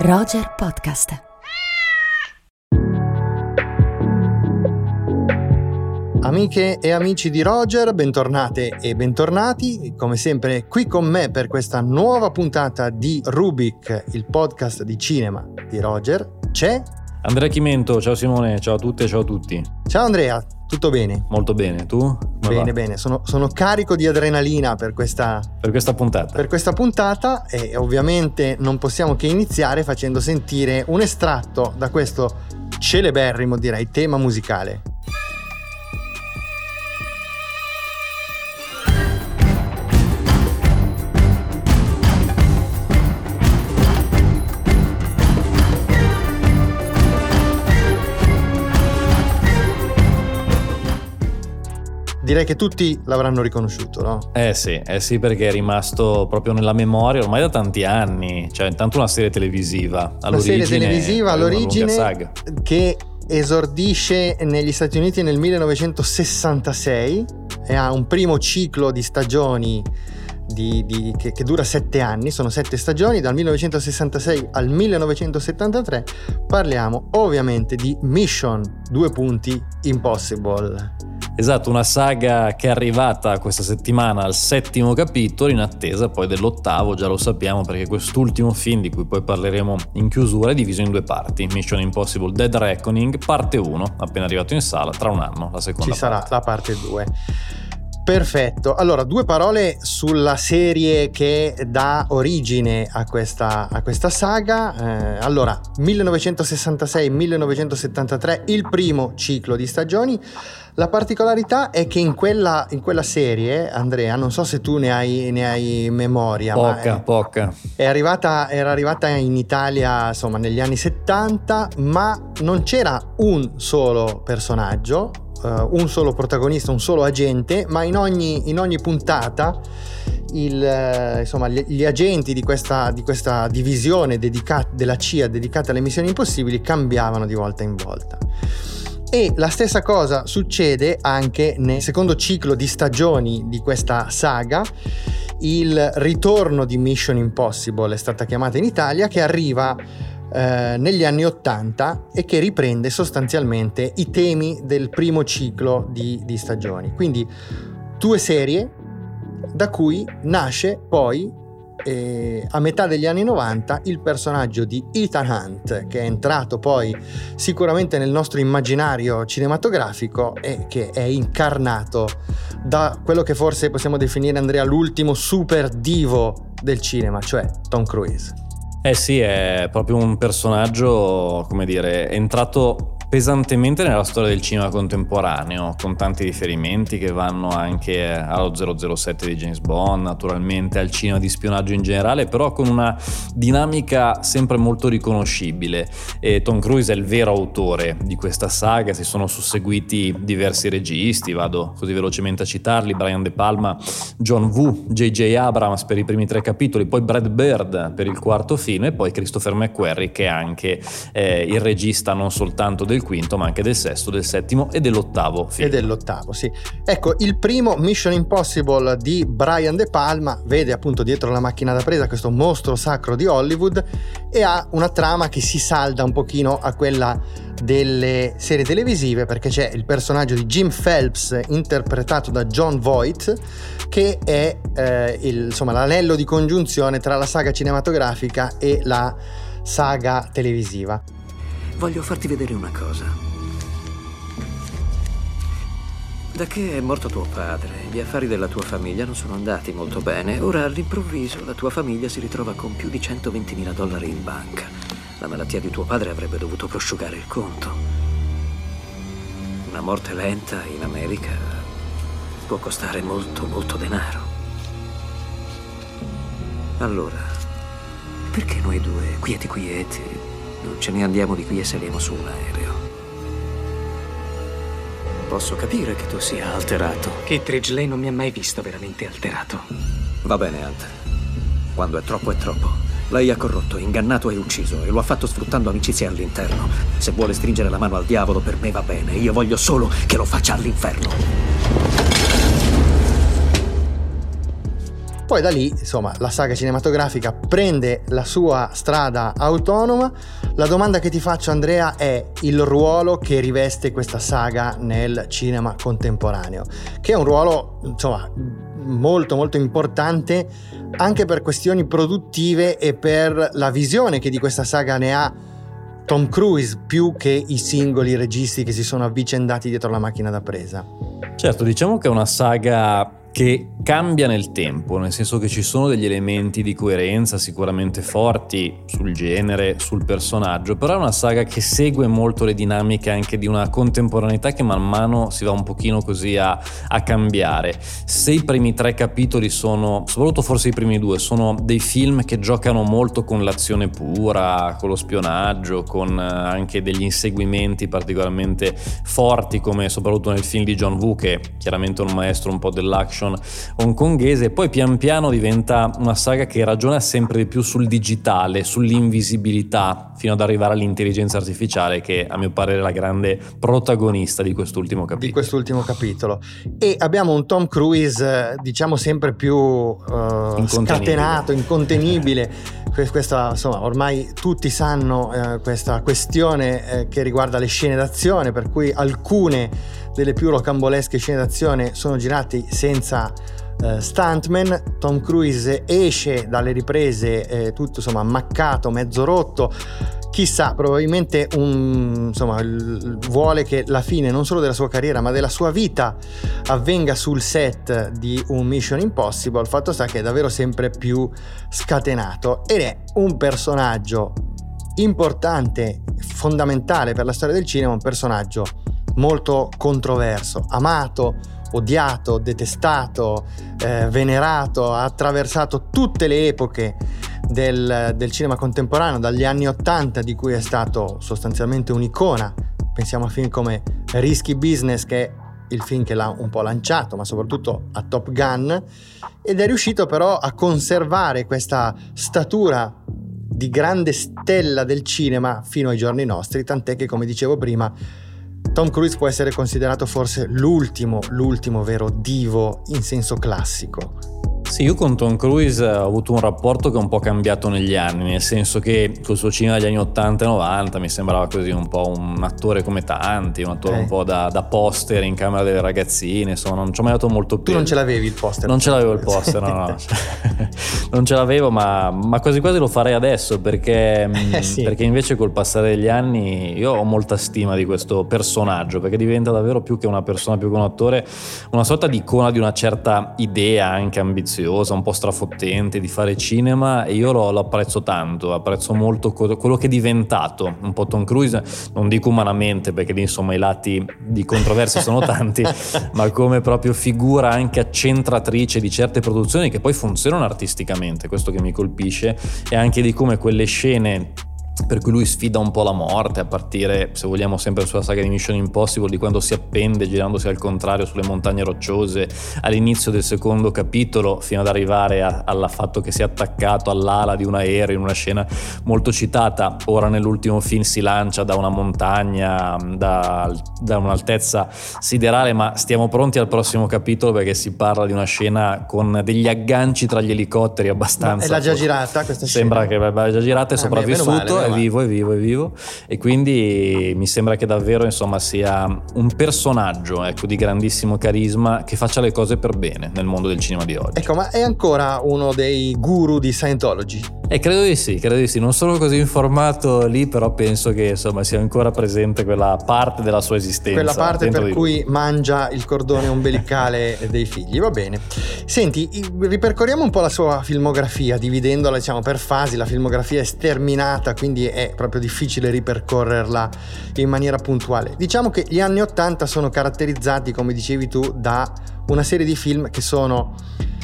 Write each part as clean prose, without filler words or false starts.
Roger Podcast. Amiche e amici di Roger, bentornate e bentornati, come sempre qui con me per questa nuova puntata di Rubik, il podcast di cinema di Roger. C'è Andrea Chimento. Ciao Simone, ciao a tutte e ciao a tutti. Ciao Andrea, tutto bene? Molto bene, tu? Bene, sono carico di adrenalina per questa puntata. Per questa puntata, e ovviamente non possiamo che iniziare facendo sentire un estratto da questo celeberrimo, direi, tema musicale. Direi che tutti l'avranno riconosciuto, no? Sì, perché è rimasto proprio nella memoria ormai da tanti anni. Cioè, intanto una serie televisiva all'origine che esordisce negli Stati Uniti nel 1966 e ha un primo ciclo di stagioni che dura 7 anni, sono 7 stagioni, dal 1966 al 1973. Parliamo ovviamente di Mission Impossible. Esatto, una saga che è arrivata questa settimana al 7° capitolo, in attesa poi dell'8°, già lo sappiamo, perché quest'ultimo film, di cui poi parleremo in chiusura, è diviso in 2 parti. Mission Impossible Dead Reckoning, parte 1, appena arrivato in sala, tra un anno la seconda ci sarà la parte 2. Perfetto, allora 2 parole sulla serie che dà origine a questa saga. Allora, 1966-1973, il primo ciclo di stagioni. La particolarità è che in quella serie, Andrea, non so se tu ne hai memoria, poca. Era arrivata in Italia, insomma, negli anni 70, ma non c'era un solo personaggio, un solo protagonista, un solo agente, ma in ogni puntata gli agenti di questa divisione della CIA dedicata alle missioni impossibili cambiavano di volta in volta. E la stessa cosa succede anche nel secondo ciclo di stagioni di questa saga. Il ritorno di Mission Impossible è stata chiamata in Italia, che arriva negli anni 80 e che riprende sostanzialmente i temi del primo ciclo di stagioni. Quindi 2 serie da cui nasce poi a metà degli anni 90 il personaggio di Ethan Hunt, che è entrato poi sicuramente nel nostro immaginario cinematografico e che è incarnato da quello che forse possiamo definire, Andrea, l'ultimo super divo del cinema, cioè Tom Cruise. Sì, è proprio un personaggio, come dire, è entrato pesantemente nella storia del cinema contemporaneo, con tanti riferimenti che vanno anche allo 007 di James Bond, naturalmente al cinema di spionaggio in generale, però con una dinamica sempre molto riconoscibile. E Tom Cruise è il vero autore di questa saga. Si sono susseguiti diversi registi, vado così velocemente a citarli: Brian De Palma, John Woo, J.J. Abrams per i primi 3 capitoli, poi Brad Bird per il 4º film e poi Christopher McQuarrie, che è anche il regista non soltanto del 5º ma anche del 6º, del 7º e dell'8° film. E dell'8°, sì. Ecco, il primo Mission Impossible di Brian De Palma vede appunto dietro la macchina da presa questo mostro sacro di Hollywood e ha una trama che si salda un pochino a quella delle serie televisive, perché c'è il personaggio di Jim Phelps interpretato da Jon Voight, che è l'anello di congiunzione tra la saga cinematografica e la saga televisiva. Voglio farti vedere una cosa. Da che è morto tuo padre, gli affari della tua famiglia non sono andati molto bene. Ora all'improvviso la tua famiglia si ritrova con più di $120.000 in banca. La malattia di tuo padre avrebbe dovuto prosciugare il conto. Una morte lenta in America può costare molto, molto denaro. Allora, perché noi 2, quieti, non ce ne andiamo di qui e saliamo su un aereo? Posso capire che tu sia alterato. Kittredge, lei non mi ha mai visto veramente alterato. Va bene, Hunter. Quando è troppo è troppo. Lei ha corrotto, ingannato e ucciso, e lo ha fatto sfruttando amicizie all'interno. Se vuole stringere la mano al diavolo, per me va bene. Io voglio solo che lo faccia all'inferno. Poi da lì, insomma, la saga cinematografica prende la sua strada autonoma. La domanda che ti faccio, Andrea, è il ruolo che riveste questa saga nel cinema contemporaneo, che è un ruolo, insomma, molto molto importante anche per questioni produttive e per la visione che di questa saga ne ha Tom Cruise, più che i singoli registi che si sono avvicendati dietro la macchina da presa. Certo, diciamo che è una saga che cambia nel tempo, nel senso che ci sono degli elementi di coerenza sicuramente forti sul genere, sul personaggio, però è una saga che segue molto le dinamiche anche di una contemporaneità che man mano si va un pochino così a cambiare. Se i primi 3 capitoli sono, soprattutto forse i primi 2, sono dei film che giocano molto con l'azione pura, con lo spionaggio, con anche degli inseguimenti particolarmente forti, come soprattutto nel film di John Woo, che è chiaramente un maestro un po' dell'action hongkonghese, poi pian piano diventa una saga che ragiona sempre di più sul digitale, sull'invisibilità, fino ad arrivare all'intelligenza artificiale, che a mio parere è la grande protagonista di quest'ultimo capitolo. E abbiamo un Tom Cruise, diciamo, sempre più scatenato, incontenibile. Questa, insomma, ormai tutti sanno questa questione che riguarda le scene d'azione, per cui alcune delle più rocambolesche scene d'azione sono girate senza stuntman. Tom Cruise esce dalle riprese tutto, insomma, ammaccato, mezzo rotto. Chissà, probabilmente vuole che la fine non solo della sua carriera ma della sua vita avvenga sul set di un Mission Impossible. Il fatto sta che è davvero sempre più scatenato ed è un personaggio importante, fondamentale per la storia del cinema, un personaggio molto controverso, amato, odiato, detestato, venerato, ha attraversato tutte le epoche del cinema contemporaneo, dagli anni '80, di cui è stato sostanzialmente un'icona. Pensiamo a film come Risky Business, che è il film che l'ha un po' lanciato, ma soprattutto a Top Gun, ed è riuscito però a conservare questa statura di grande stella del cinema fino ai giorni nostri, tant'è che, come dicevo prima, Tom Cruise può essere considerato forse l'ultimo vero divo in senso classico. Sì, io con Tom Cruise ho avuto un rapporto che è un po' cambiato negli anni, nel senso che col suo cinema degli anni 80 e 90 mi sembrava così un po' un attore come tanti, un attore un po' da poster in camera delle ragazzine, insomma non ci ho mai dato molto peso. Tu non ce l'avevi il poster? Non ce l'avevo il poster, no. Non ce l'avevo, ma quasi quasi lo farei adesso, perché perché invece col passare degli anni io ho molta stima di questo personaggio, perché diventa davvero più che una persona, più che un attore, una sorta di icona di una certa idea anche ambiziosa, un po' strafottente di fare cinema, e io lo apprezzo tanto, apprezzo molto quello che è diventato un po' Tom Cruise, non dico umanamente perché lì insomma i lati di controversia sono tanti, ma come proprio figura anche accentratrice di certe produzioni che poi funzionano artisticamente, questo che mi colpisce, e anche di come quelle scene per cui lui sfida un po' la morte, a partire, se vogliamo, sempre sulla saga di Mission Impossible, di quando si appende girandosi al contrario sulle montagne rocciose all'inizio del secondo capitolo, fino ad arrivare al fatto che si è attaccato all'ala di un aereo in una scena molto citata. Ora nell'ultimo film si lancia da una montagna, da un'altezza siderale, ma stiamo pronti al prossimo capitolo perché si parla di una scena con degli agganci tra gli elicotteri abbastanza. È la già girata questa scena? Sembra che è già girata, è sopravvissuto. È vivo, e quindi mi sembra che davvero insomma sia un personaggio, ecco, di grandissimo carisma, che faccia le cose per bene nel mondo del cinema di oggi. Ecco, ma è ancora uno dei guru di Scientology? Credo di sì, non sono così informato lì, però penso che insomma sia ancora presente quella parte della sua esistenza, quella parte per cui mangia il cordone ombelicale dei figli. Va bene, senti, ripercorriamo un po' la sua filmografia, dividendola, diciamo, per fasi. La filmografia è sterminata, quindi è proprio difficile ripercorrerla in maniera puntuale. Diciamo che gli anni '80 sono caratterizzati, come dicevi tu, da una serie di film che sono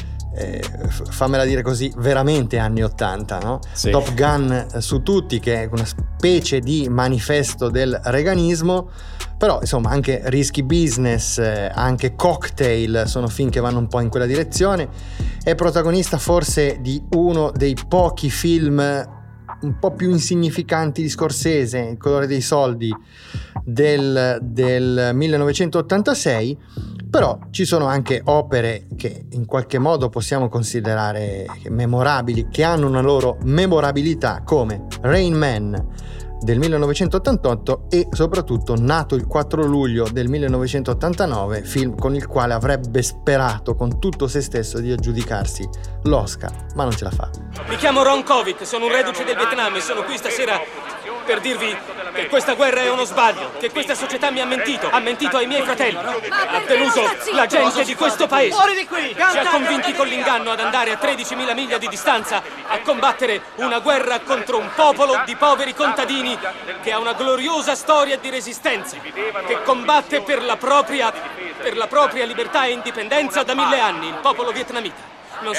fammela dire così, veramente anni '80, no? Sì. Top Gun su tutti, che è una specie di manifesto del reaganismo, però insomma anche Risky Business, anche Cocktail sono film che vanno un po' in quella direzione. È protagonista forse di uno dei pochi film un po' più insignificanti di Scorsese, Il colore dei soldi del 1986, però ci sono anche opere che in qualche modo possiamo considerare memorabili, che hanno una loro memorabilità, come Rain Man del 1988 e soprattutto Nato il 4 luglio del 1989, film con il quale avrebbe sperato con tutto se stesso di aggiudicarsi l'Oscar, ma non ce la fa. Mi chiamo Ron Kovic, sono un reduce del Vietnam e sono qui stasera per dirvi che questa guerra è uno sbaglio, che questa società mi ha mentito ai miei fratelli, ha deluso la gente di questo paese, Fuori di qui! ci ha convinti con l'inganno ad andare a 13.000 miglia di distanza a combattere una guerra contro un popolo di poveri contadini che ha una gloriosa storia di resistenza, che combatte per la propria libertà e indipendenza da 1000 anni, il popolo vietnamita. Non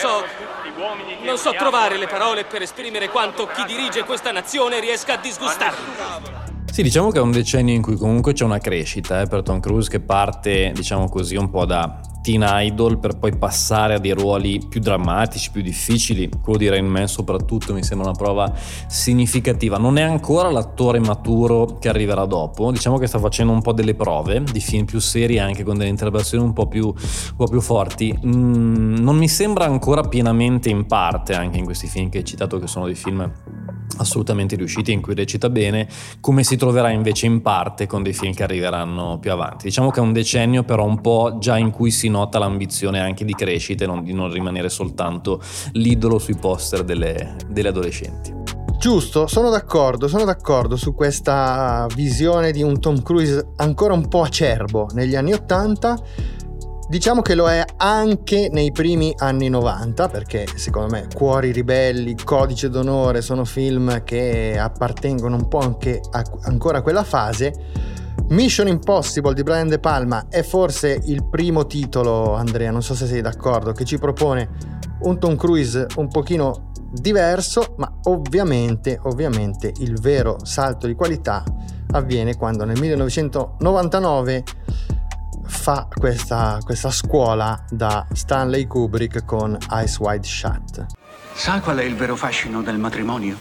so trovare le parole per esprimere quanto chi dirige questa nazione riesca a disgustarmi. Sì, diciamo che è un decennio in cui comunque c'è una crescita per Tom Cruise, che parte, diciamo così, un po' da teen idol per poi passare a dei ruoli più drammatici, più difficili. Quello di Rain Man soprattutto mi sembra una prova significativa. Non è ancora l'attore maturo che arriverà dopo, diciamo che sta facendo un po' delle prove di film più seri, anche con delle interpretazioni un po' più forti. Non mi sembra ancora pienamente in parte, anche in questi film che hai citato, che sono dei film assolutamente riusciti in cui recita bene, come si troverà invece in parte con dei film che arriveranno più avanti. Diciamo che è un decennio però un po' già in cui si nota l'ambizione anche di crescita e di non rimanere soltanto l'idolo sui poster delle adolescenti. Giusto, sono d'accordo su questa visione di un Tom Cruise ancora un po' acerbo negli anni '80. Diciamo che lo è anche nei primi anni 90, perché secondo me Cuori ribelli, Codice d'onore sono film che appartengono un po' anche ancora a quella fase. Mission Impossible di Brian De Palma è forse il primo titolo, Andrea, non so se sei d'accordo, che ci propone un Tom Cruise un pochino diverso, ma ovviamente il vero salto di qualità avviene quando nel 1999 fa questa scuola da Stanley Kubrick con Eyes Wide Shut. Sa qual è il vero fascino del matrimonio?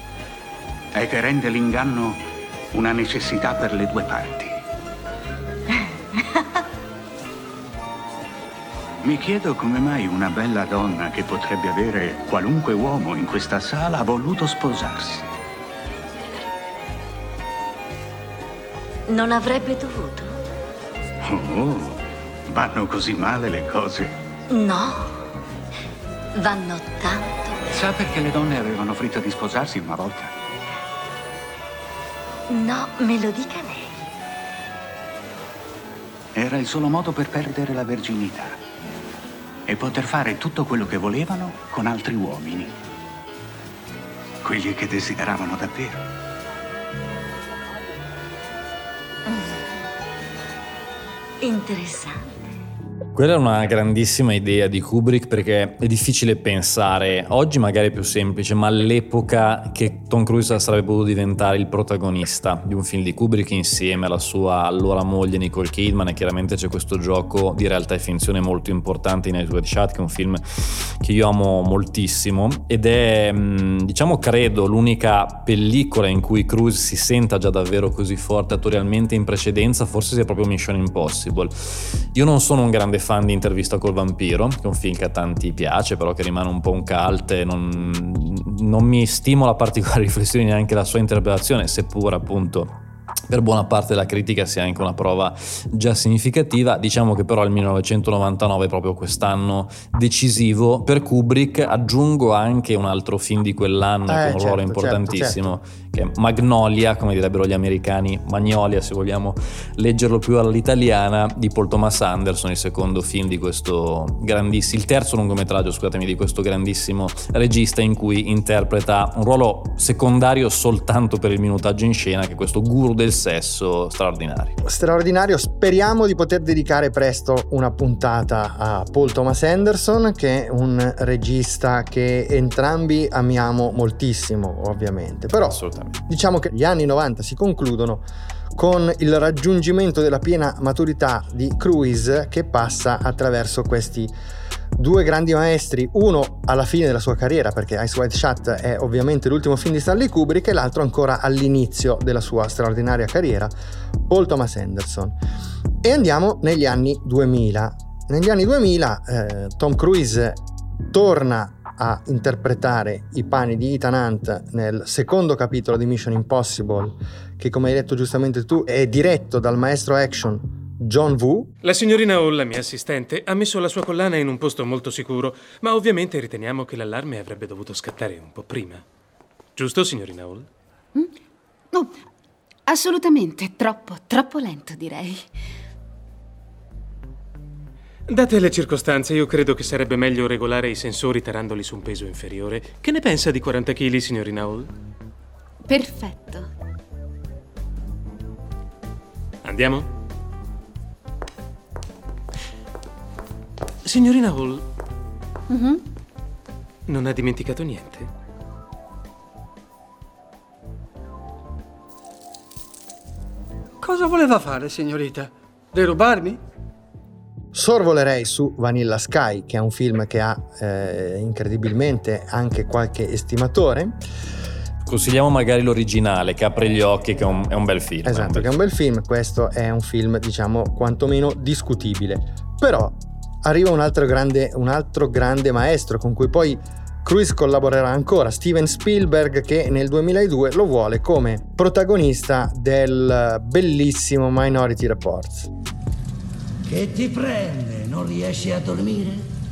È che rende l'inganno una necessità per le due parti. Mi chiedo come mai una bella donna che potrebbe avere qualunque uomo in questa sala ha voluto sposarsi. Non avrebbe dovuto. Oh, vanno così male le cose. No, vanno tanto. Sa perché le donne avevano fretta di sposarsi una volta? No, me lo dica lei. Era il solo modo per perdere la verginità e poter fare tutto quello che volevano con altri uomini. Quelli che desideravano davvero. Interessante. Quella è una grandissima idea di Kubrick, perché è difficile pensare, oggi magari è più semplice, ma all'epoca, che Tom Cruise sarebbe potuto diventare il protagonista di un film di Kubrick insieme alla sua allora moglie Nicole Kidman, e chiaramente c'è questo gioco di realtà e finzione molto importante in Eyes Wide Shut, che è un film che io amo moltissimo, ed è, diciamo, credo l'unica pellicola in cui Cruise si senta già davvero così forte attorialmente. In precedenza forse sia proprio Mission Impossible. Io non sono un grande fan di Intervista col vampiro, che è un film che a tanti piace, però che rimane un po' un cult e non mi stimola particolari riflessioni neanche la sua interpretazione, seppur appunto per buona parte della critica sia anche una prova già significativa. Diciamo che però il 1999 è proprio quest'anno decisivo per Kubrick. Aggiungo anche un altro film di quell'anno con un ruolo importantissimo, che è Magnolia, come direbbero gli americani, Magnolia se vogliamo leggerlo più all'italiana, di Paul Thomas Anderson, il secondo film di questo grandissimo, il terzo lungometraggio, scusatemi, di questo grandissimo regista, in cui interpreta un ruolo secondario soltanto per il minutaggio in scena, che è questo guru del sesso straordinario. Speriamo di poter dedicare presto una puntata a Paul Thomas Anderson, che è un regista che entrambi amiamo moltissimo, ovviamente, però diciamo che gli anni 90 si concludono con il raggiungimento della piena maturità di Cruise, che passa attraverso questi due grandi maestri, uno alla fine della sua carriera, perché Eyes Wide Shut è ovviamente l'ultimo film di Stanley Kubrick, e l'altro ancora all'inizio della sua straordinaria carriera, Paul Thomas Anderson. E andiamo negli anni 2000. Negli anni 2000 Tom Cruise torna a interpretare i panni di Ethan Hunt nel secondo capitolo di Mission Impossible, che, come hai detto giustamente tu, è diretto dal maestro action John Woo. La signorina Hall, la mia assistente, ha messo la sua collana in un posto molto sicuro, ma ovviamente riteniamo che l'allarme avrebbe dovuto scattare un po' prima. Giusto, signorina Hall? No, assolutamente, troppo lento, direi. Date le circostanze, io credo che sarebbe meglio regolare i sensori tarandoli su un peso inferiore. Che ne pensa di 40 kg, signorina Hall? Perfetto. Andiamo? Signorina Hall, non ha dimenticato niente? Cosa voleva fare, signorita? Derubarmi? Sorvolerei su Vanilla Sky, che è un film che ha incredibilmente anche qualche estimatore. Consigliamo magari l'originale, che apre gli occhi, che è un bel film. Esatto, che è un bel film. Questo è un film, diciamo, quantomeno discutibile. Però arriva un altro grande maestro con cui poi Cruise collaborerà ancora, Steven Spielberg, che nel 2002 lo vuole come protagonista del bellissimo Minority Report. Che ti prende? Non riesci a dormire?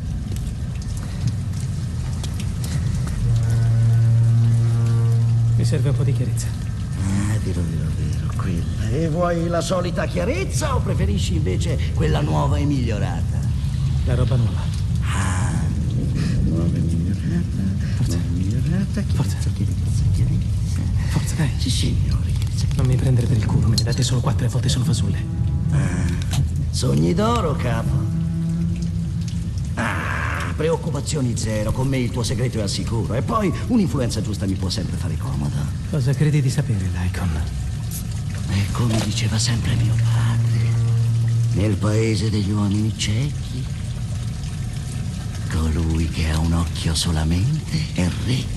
Mi serve un po' di chiarezza. Vero, quella. E vuoi la solita chiarezza o preferisci invece quella nuova e migliorata? La roba nuova. Nuova e migliorata. Forza. Chiarezza. Forza, dai. Sì, signore. Non mi prendere per il culo, me ne date solo 4 e a volte sono fasulle. Sogni d'oro, capo. Preoccupazioni zero. Con me il tuo segreto è al sicuro. E poi un'influenza giusta mi può sempre fare comodo. Cosa credi di sapere, Lycon? E come diceva sempre mio padre, nel paese degli uomini ciechi, colui che ha un occhio solamente è re.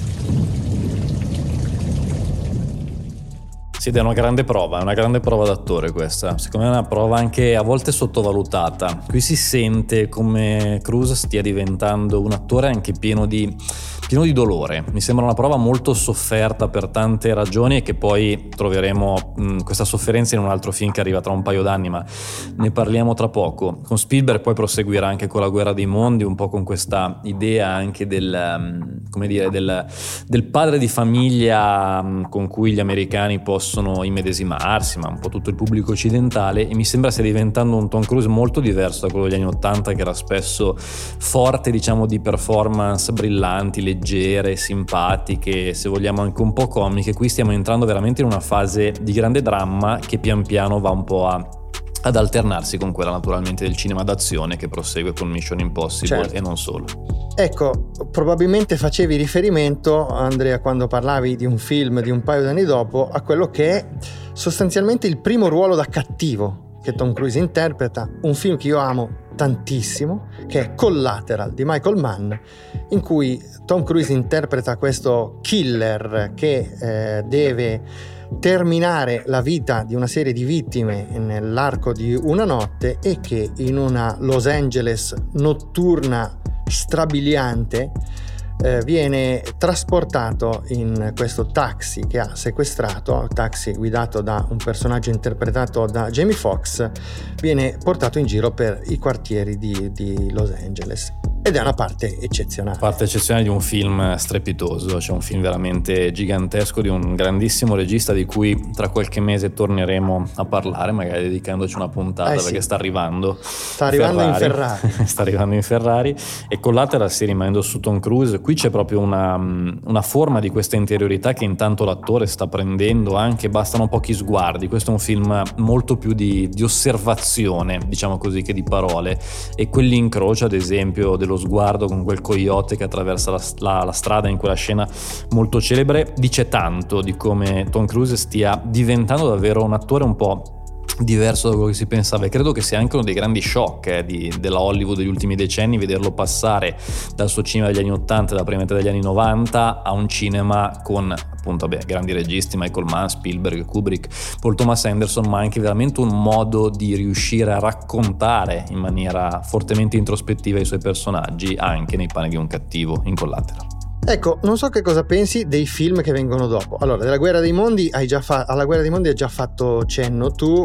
Sì, è una grande prova d'attore questa. Secondo me è una prova anche a volte sottovalutata. Qui si sente come Cruise stia diventando un attore anche pieno di dolore. Mi sembra una prova molto sofferta per tante ragioni, e che poi troveremo questa sofferenza in un altro film che arriva tra un paio d'anni, ma ne parliamo tra poco. Con Spielberg poi proseguirà anche con La guerra dei mondi, un po' con questa idea anche del padre di famiglia con cui gli americani possono immedesimarsi, ma un po' tutto il pubblico occidentale, e mi sembra stia diventando un Tom Cruise molto diverso da quello degli anni '80, che era spesso forte, diciamo, di performance brillanti, leggere, simpatiche, se vogliamo anche un po' comiche. Qui stiamo entrando veramente in una fase di grande dramma che pian piano va un po' ad alternarsi con quella naturalmente del cinema d'azione che prosegue con Mission Impossible, certo. E non solo. Ecco, probabilmente facevi riferimento, Andrea, quando parlavi di un film di un paio d'anni dopo, a quello che è sostanzialmente il primo ruolo da cattivo che Tom Cruise interpreta, un film che io amo tantissimo, che è Collateral di Michael Mann, in cui Tom Cruise interpreta questo killer che deve terminare la vita di una serie di vittime nell'arco di una notte, e che in una Los Angeles notturna strabiliante viene trasportato in questo taxi che ha sequestrato, taxi guidato da un personaggio interpretato da Jamie Foxx, viene portato in giro per i quartieri di Los Angeles. Ed è una parte eccezionale. Parte eccezionale di un film strepitoso, cioè un film veramente gigantesco di un grandissimo regista di cui tra qualche mese torneremo a parlare, magari dedicandoci una puntata, perché sta arrivando. Sta arrivando in Ferrari. Sta arrivando in Ferrari. E Collateral, rimanendo su Tom Cruise, qui c'è proprio una forma di questa interiorità che intanto l'attore sta prendendo, anche bastano pochi sguardi. Questo è un film molto più di osservazione, diciamo così, che di parole, e quell'incrocio ad esempio dello sguardo con quel coyote che attraversa la strada in quella scena molto celebre dice tanto di come Tom Cruise stia diventando davvero un attore un po' diverso da quello che si pensava, e credo che sia anche uno dei grandi shock della Hollywood degli ultimi decenni, vederlo passare dal suo cinema degli anni 80 e dalla prima metà degli anni 90 a un cinema con appunto grandi registi, Michael Mann, Spielberg, Kubrick, Paul Thomas Anderson, ma anche veramente un modo di riuscire a raccontare in maniera fortemente introspettiva i suoi personaggi anche nei panni di un cattivo, in Collateral. Ecco, non so che cosa pensi dei film che vengono dopo. Allora, della Guerra dei Mondi alla Guerra dei Mondi hai già fatto cenno tu,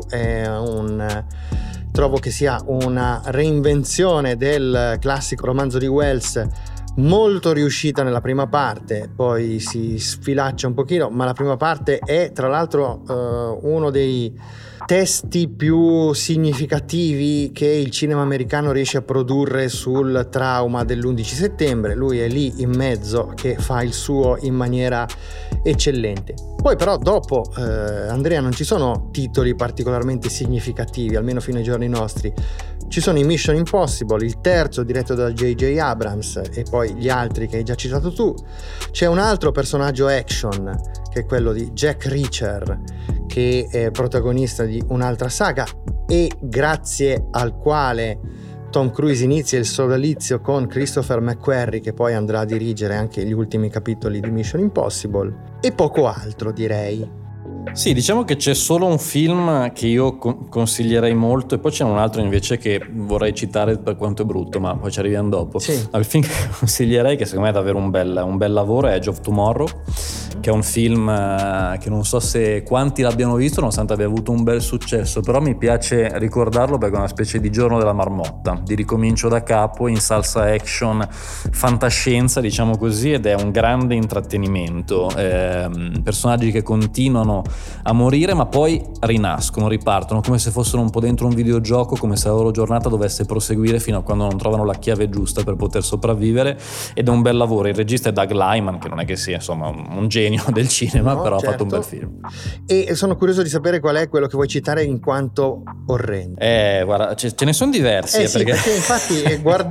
trovo che sia una reinvenzione del classico romanzo di Wells, molto riuscita nella prima parte, poi si sfilaccia un pochino, ma la prima parte è tra l'altro uno dei testi più significativi che il cinema americano riesce a produrre sul trauma dell'11 settembre. Lui è lì in mezzo che fa il suo in maniera eccellente. Poi però dopo, Andrea, non ci sono titoli particolarmente significativi, almeno fino ai giorni nostri. Ci sono i Mission Impossible, il terzo diretto da J.J. Abrams e poi gli altri che hai già citato tu. C'è un altro personaggio action che è quello di Jack Reacher, che è protagonista di un'altra saga e grazie al quale Tom Cruise inizia il sodalizio con Christopher McQuarrie, che poi andrà a dirigere anche gli ultimi capitoli di Mission Impossible, e poco altro, direi. Sì, diciamo che c'è solo un film che io consiglierei molto, e poi c'è un altro invece che vorrei citare per quanto è brutto, ma poi ci arriviamo dopo. Sì. Il film che consiglierei, che secondo me è davvero un bel lavoro, è Edge of Tomorrow, che è un film che non so se quanti l'abbiano visto, nonostante abbia avuto un bel successo, però mi piace ricordarlo perché è una specie di giorno della marmotta, di ricomincio da capo in salsa action, fantascienza, diciamo così, ed è un grande intrattenimento. Personaggi che continuano a morire ma poi rinascono, ripartono come se fossero un po' dentro un videogioco, come se la loro giornata dovesse proseguire fino a quando non trovano la chiave giusta per poter sopravvivere, ed è un bel lavoro. Il regista è Doug Liman, che non è che sia insomma un genio del cinema, no, però certo, ha fatto un bel film. E sono curioso di sapere qual è quello che vuoi citare in quanto orrendo. Guarda, ce ne sono diversi. Sì, perché infatti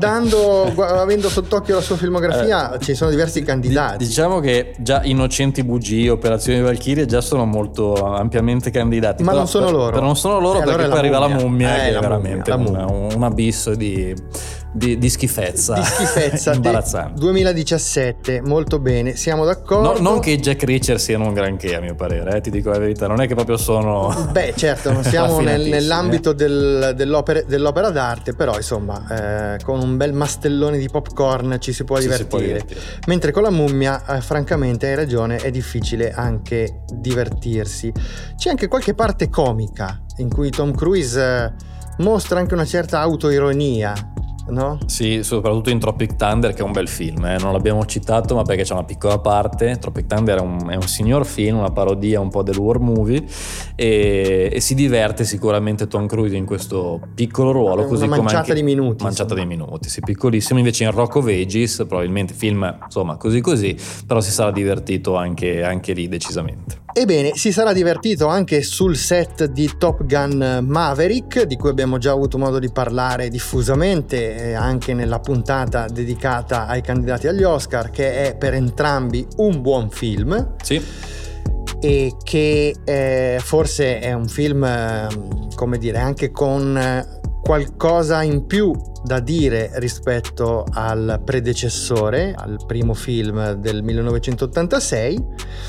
avendo sott'occhio la sua filmografia ci sono diversi candidati. Diciamo che già Innocenti bugie, Operazione Valchiria già sono molto ampiamente candidati, ma non sono loro. Però non sono loro, perché allora poi arriva la mummia, che è veramente un abisso di schifezza. Di schifezza imbarazzante. 2017, molto bene, siamo d'accordo. No, non che i Jack Reacher siano un granché, a mio parere, ti dico la verità, non è che proprio sono. Beh, certo, non siamo nell'ambito dell'opera d'arte, però insomma, con un bel mastellone di popcorn ci si può divertire. Mentre con la mummia, francamente, hai ragione, è difficile anche divertirsi. C'è anche qualche parte comica in cui Tom Cruise mostra anche una certa autoironia, no? Sì, soprattutto in Tropic Thunder, che è un bel film, non l'abbiamo citato ma perché c'è una piccola parte. Tropic Thunder è un signor film, una parodia un po' del war movie, e si diverte sicuramente Tom Cruise in questo piccolo ruolo, così una come manciata di minuti, sì, piccolissimo. Invece in Rock of Ages, probabilmente film insomma così, però si sarà divertito anche lì decisamente. Ebbene, si sarà divertito anche sul set di Top Gun Maverick, di cui abbiamo già avuto modo di parlare diffusamente anche nella puntata dedicata ai candidati agli Oscar, che è per entrambi un buon film. Sì. E che forse è un film, come dire, anche con qualcosa in più da dire rispetto al predecessore, al primo film del 1986.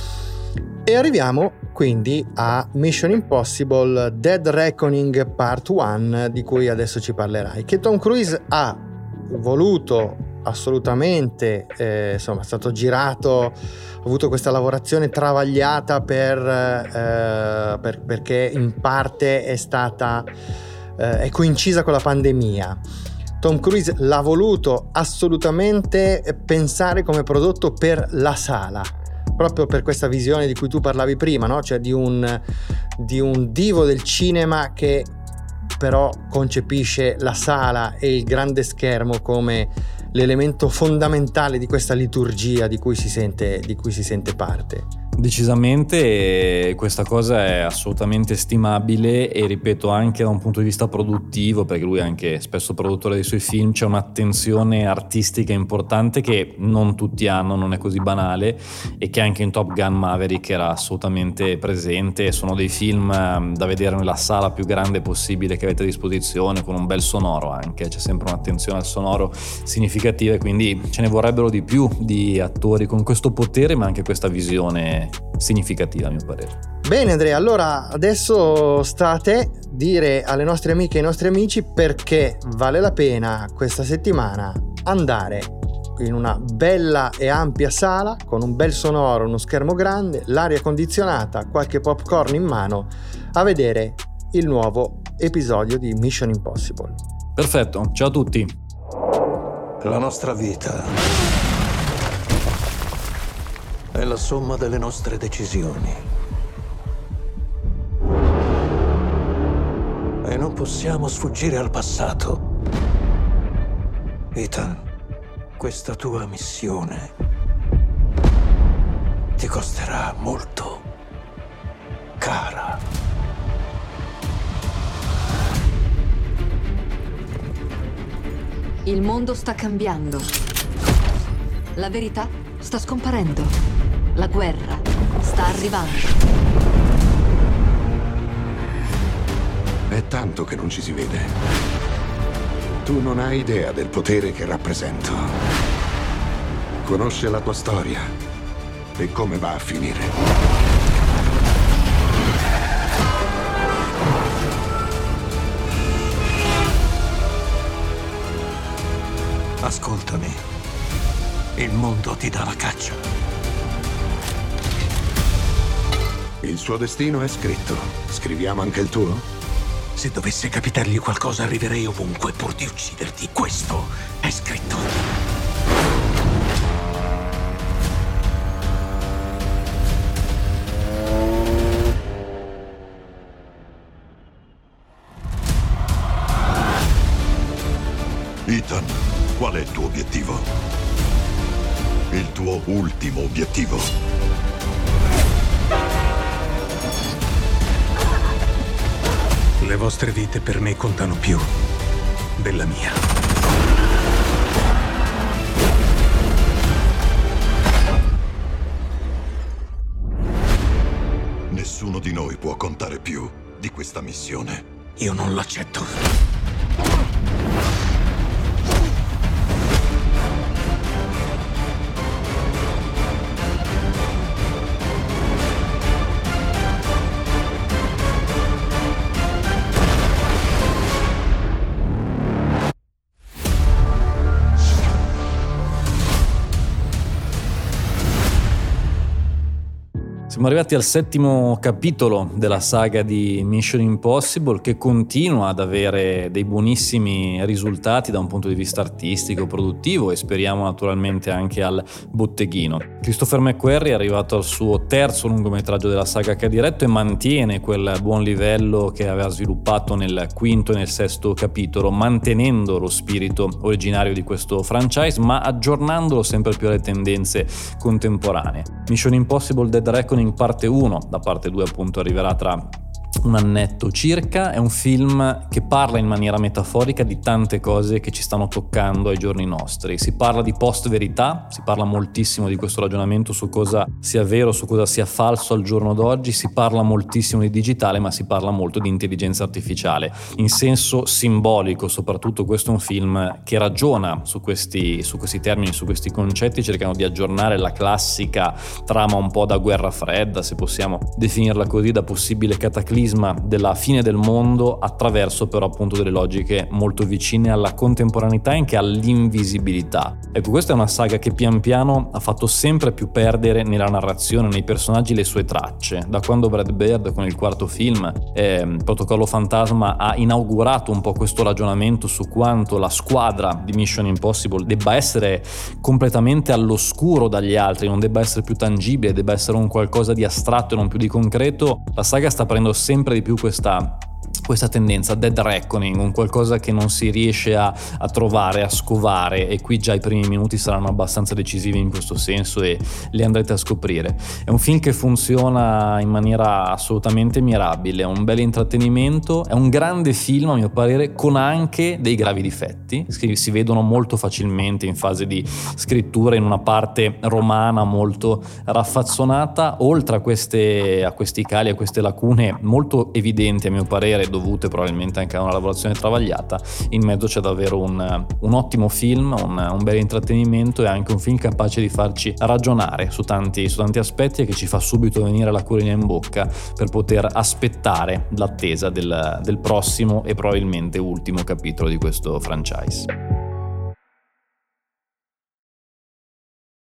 E arriviamo quindi a Mission Impossible Dead Reckoning Part 1, di cui adesso ci parlerai, che Tom Cruise ha voluto assolutamente, insomma è stato girato, ha avuto questa lavorazione travagliata perché in parte è coincisa con la pandemia. Tom Cruise l'ha voluto assolutamente pensare come prodotto per la sala, proprio per questa visione di cui tu parlavi prima, no? Cioè di un divo del cinema che però concepisce la sala e il grande schermo come l'elemento fondamentale di questa liturgia di cui si sente parte. Decisamente questa cosa è assolutamente stimabile e ripeto anche da un punto di vista produttivo, perché lui è anche spesso produttore dei suoi film, c'è un'attenzione artistica importante che non tutti hanno, non è così banale, e che anche in Top Gun Maverick era assolutamente presente. Sono dei film da vedere nella sala più grande possibile che avete a disposizione, con un bel sonoro anche, c'è sempre un'attenzione al sonoro significativa, e quindi ce ne vorrebbero di più di attori con questo potere ma anche questa visione significativa, a mio parere. Bene Andrea, allora adesso sta a te dire alle nostre amiche e ai nostri amici perché vale la pena questa settimana andare in una bella e ampia sala con un bel sonoro, uno schermo grande, l'aria condizionata, qualche popcorn in mano a vedere il nuovo episodio di Mission Impossible. Perfetto, ciao a tutti. La nostra vita è la somma delle nostre decisioni. E non possiamo sfuggire al passato. Ethan, questa tua missione ti costerà molto cara. Il mondo sta cambiando. La verità sta scomparendo. La guerra sta arrivando. È tanto che non ci si vede. Tu non hai idea del potere che rappresento. Conosce la tua storia e come va a finire. Ascoltami. Il mondo ti dà la caccia. Il suo destino è scritto. Scriviamo anche il tuo? Se dovesse capitargli qualcosa, arriverei ovunque pur di ucciderti. Questo è scritto. Ethan, qual è il tuo obiettivo? Il tuo ultimo obiettivo? Le vostre vite per me contano più della mia. Nessuno di noi può contare più di questa missione. Io non l'accetto. Siamo arrivati al 7° capitolo della saga di Mission Impossible, che continua ad avere dei buonissimi risultati da un punto di vista artistico, produttivo, e speriamo naturalmente anche al botteghino. Christopher McQuarrie è arrivato al suo 3° lungometraggio della saga che ha diretto e mantiene quel buon livello che aveva sviluppato nel 5° e nel 6° capitolo, mantenendo lo spirito originario di questo franchise ma aggiornandolo sempre più alle tendenze contemporanee. Mission Impossible Dead Reckoning parte 1, da parte 2 appunto arriverà tra un annetto circa. È un film che parla in maniera metaforica di tante cose che ci stanno toccando ai giorni nostri. Si parla di post-verità, si parla moltissimo di questo ragionamento su cosa sia vero, su cosa sia falso al giorno d'oggi, si parla moltissimo di digitale, ma si parla molto di intelligenza artificiale in senso simbolico. Soprattutto questo è un film che ragiona su questi termini, su questi concetti, cercando di aggiornare la classica trama un po' da guerra fredda, se possiamo definirla così, da possibile cataclisma della fine del mondo, attraverso però appunto delle logiche molto vicine alla contemporaneità e anche all'invisibilità. Ecco, questa è una saga che pian piano ha fatto sempre più perdere nella narrazione, nei personaggi, le sue tracce. Da quando Brad Bird con il 4° film, Protocollo Fantasma, ha inaugurato un po' questo ragionamento su quanto la squadra di Mission Impossible debba essere completamente all'oscuro dagli altri, non debba essere più tangibile, debba essere un qualcosa di astratto e non più di concreto, la saga sta prendendo sempre di più questa questa tendenza, Dead Reckoning, un qualcosa che non si riesce a trovare, a scovare, e qui già i primi minuti saranno abbastanza decisivi in questo senso e li andrete a scoprire. È un film che funziona in maniera assolutamente mirabile, è un bel intrattenimento, è un grande film a mio parere, con anche dei gravi difetti che si vedono molto facilmente in fase di scrittura, in una parte romana molto raffazzonata. Oltre a questi cali, a queste lacune molto evidenti a mio parere, dovute probabilmente anche a una lavorazione travagliata, in mezzo c'è davvero un ottimo film, un bel intrattenimento, e anche un film capace di farci ragionare su tanti aspetti, e che ci fa subito venire l'acquolina in bocca per poter aspettare l'attesa del prossimo e probabilmente ultimo capitolo di questo franchise.